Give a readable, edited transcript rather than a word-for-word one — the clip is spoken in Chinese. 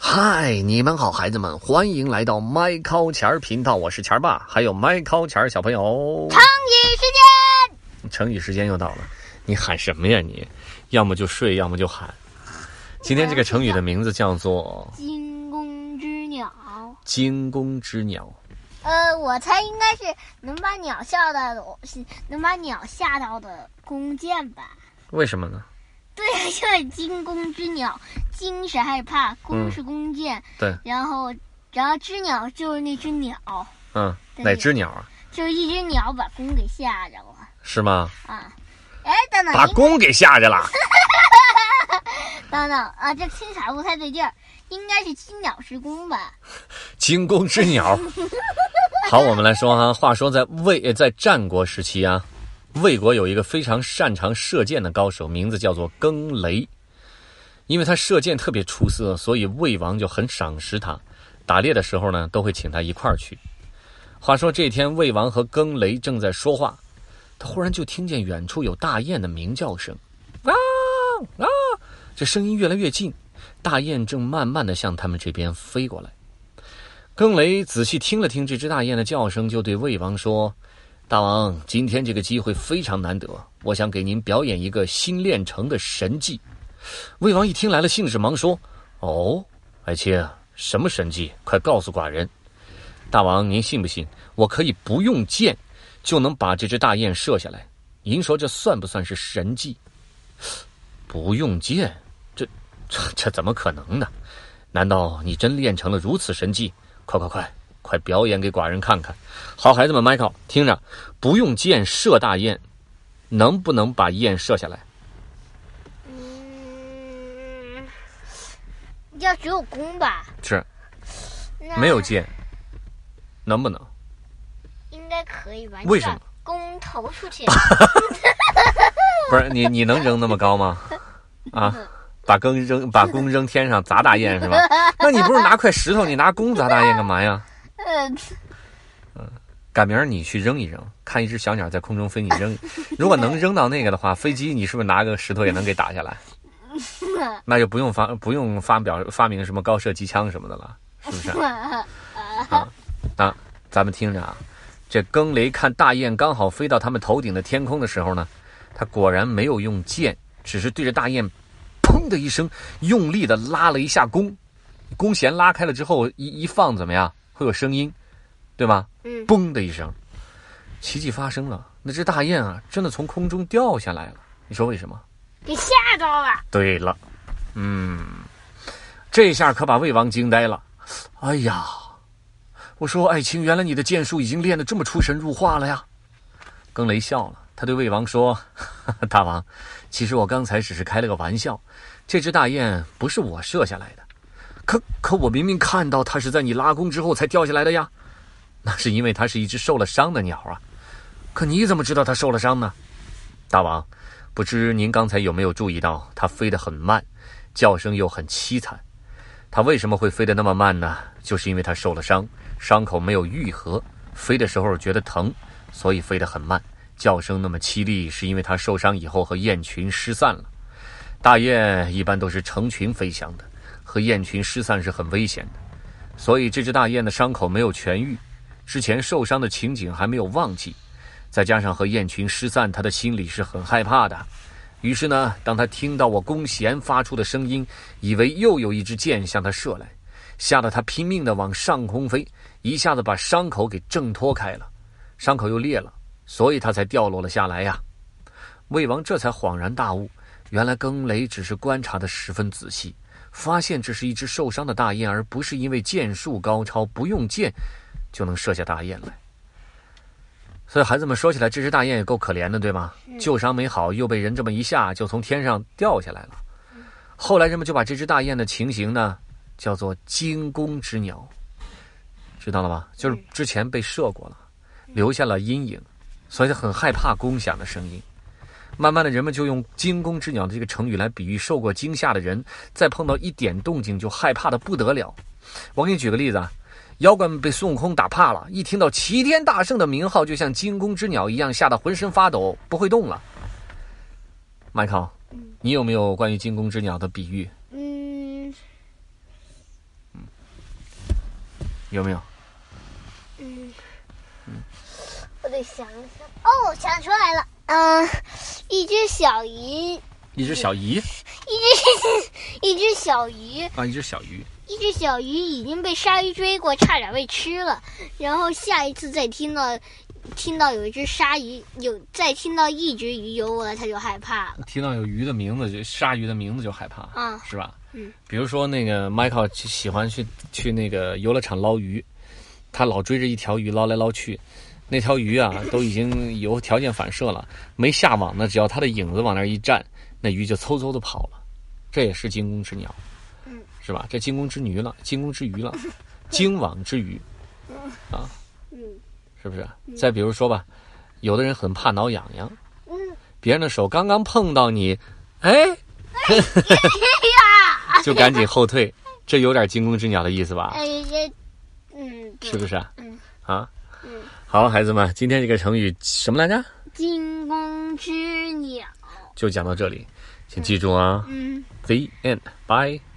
嗨，你们好，孩子们，欢迎来到麦考钱儿频道，我是钱儿爸，还有麦考钱儿小朋友。 成语时间， 成语时间又到了，你喊什么呀你？要么就睡，要么就喊。今天这个成语的名字叫做惊弓之鸟。 惊弓之鸟。 我猜应该是能把鸟吓到的弓箭吧？ 为什么呢？ 对，就是惊弓之鸟，惊是害怕，弓是弓箭， 对， 然后知鸟就是那只鸟， 哪只鸟啊？ 就是一只鸟把弓给吓着了， 是吗？ 啊，等等， 把弓给吓着了。 等等啊，这听起来不太对劲儿，应该是金鸟是弓吧？ 惊弓之鸟。好，我们来说哈，话说在战国时期啊。魏国有一个非常擅长射箭的高手，名字叫做更雷。因为他射箭特别出色，所以魏王就很赏识他，打猎的时候呢，都会请他一块儿去。话说这天，魏王和更雷正在说话，他忽然就听见远处有大雁的鸣叫声，啊啊！这声音越来越近，大雁正慢慢地向他们这边飞过来。更雷仔细听了听这只大雁的叫声，就对魏王说：大王，今天这个机会非常难得，我想给您表演一个新练成的神技。魏王一听来了兴致，忙说：哦，爱卿，什么神技？快告诉寡人。大王，您信不信我可以不用箭就能把这只大雁射下来？您说这算不算是神技？不用箭，这怎么可能呢？难道你真练成了如此神技？快表演给寡人看看。好，孩子们，Michael听着，不用箭射大雁，能不能把雁射下来？ 要只有弓吧？ 是，没有箭，能不能？ 应该可以吧？ 为什么？ 弓投出去。 不是你能扔那么高吗？啊？把弓扔天上砸大雁是吧？那你不是拿块石头，你拿弓砸大雁干嘛呀？赶明儿你去扔一扔，看一只小鸟在空中飞，你扔，如果能扔到那个的话，飞机你是不是拿个石头也能给打下来？那就不用发明什么高射机枪什么的了，是不是？咱们听着啊，这更雷看大雁刚好飞到他们头顶的天空的时候呢，他果然没有用箭，只是对着大雁砰的一声用力的拉了一下弓弦拉开了之后一放怎么样？会有声音，对吗？嘣的一声，奇迹发生了，那只大雁啊真的从空中掉下来了。你说为什么？ 给吓着了。 对了，这下可把魏王惊呆了。哎呀，我说爱卿，原来你的箭术已经练得这么出神入化了呀。更雷笑了，他对魏王说：大王，其实我刚才只是开了个玩笑，这只大雁不是我射下来的，可我明明看到它是在你拉弓之后才掉下来的呀。那是因为它是一只受了伤的鸟啊。可你怎么知道它受了伤呢？大王，不知您刚才有没有注意到，它飞得很慢，叫声又很凄惨。它为什么会飞得那么慢呢？就是因为它受了伤，伤口没有愈合，飞的时候觉得疼，所以飞得很慢，叫声那么凄厉，是因为它受伤以后和雁群失散了。大雁一般都是成群飞翔的，和雁群失散是很危险的，所以这只大雁的伤口没有痊愈，之前受伤的情景还没有忘记，再加上和雁群失散，他的心里是很害怕的。于是呢，当他听到我弓弦发出的声音，以为又有一支箭向他射来，吓得他拼命地往上空飞，一下子把伤口给挣脱开了，伤口又裂了，所以他才掉落了下来呀。魏王这才恍然大悟，原来更雷只是观察得十分仔细，发现这是一只受伤的大雁，而不是因为箭术高超，不用箭就能射下大雁来。所以孩子们说起来，这只大雁也够可怜的，对吗？旧伤没好，又被人这么一下就从天上掉下来了。后来人们就把这只大雁的情形呢叫做惊弓之鸟，知道了吧？就是之前被射过了，留下了阴影，所以他很害怕弓响的声音。慢慢的人们就用惊弓之鸟的这个成语来比喻受过惊吓的人，再碰到一点动静就害怕的不得了。我给你举个例子啊，妖怪们被孙悟空打怕了，一听到齐天大圣的名号，就像惊弓之鸟一样，吓得浑身发抖，不会动了。麦考，你有没有关于惊弓之鸟的比喻？ 有没有？ 我得想一想。哦，想出来了。一只小鱼， 一只小鱼一只小鱼， 啊，一只小鱼。 一只小鱼已经被鲨鱼追过，差点被吃了。然后下一次再听到有一只鲨鱼，再听到一只鱼游过来，它就害怕了。 听到有鱼的名字，就鲨鱼的名字就害怕， 啊， 是吧？ 嗯。 比如说那个 Michael 喜欢去那个游乐场捞鱼，他老追着一条鱼捞来捞去，那条鱼啊都已经有条件反射了，没下网呢，只要它的影子往那儿一站，那鱼就嗖嗖的跑了。这也是惊弓之鸟，是吧？这惊弓之鱼了，惊弓之鱼了，惊网之鱼，啊，是不是？再比如说吧，有的人很怕挠痒痒，别人的手刚刚碰到你，哎，就赶紧后退，这有点惊弓之鸟的意思吧？是不是？好，孩子们，今天这个成语什么来着？ 惊弓之鸟。 就讲到这里，请记住啊。The end. Bye.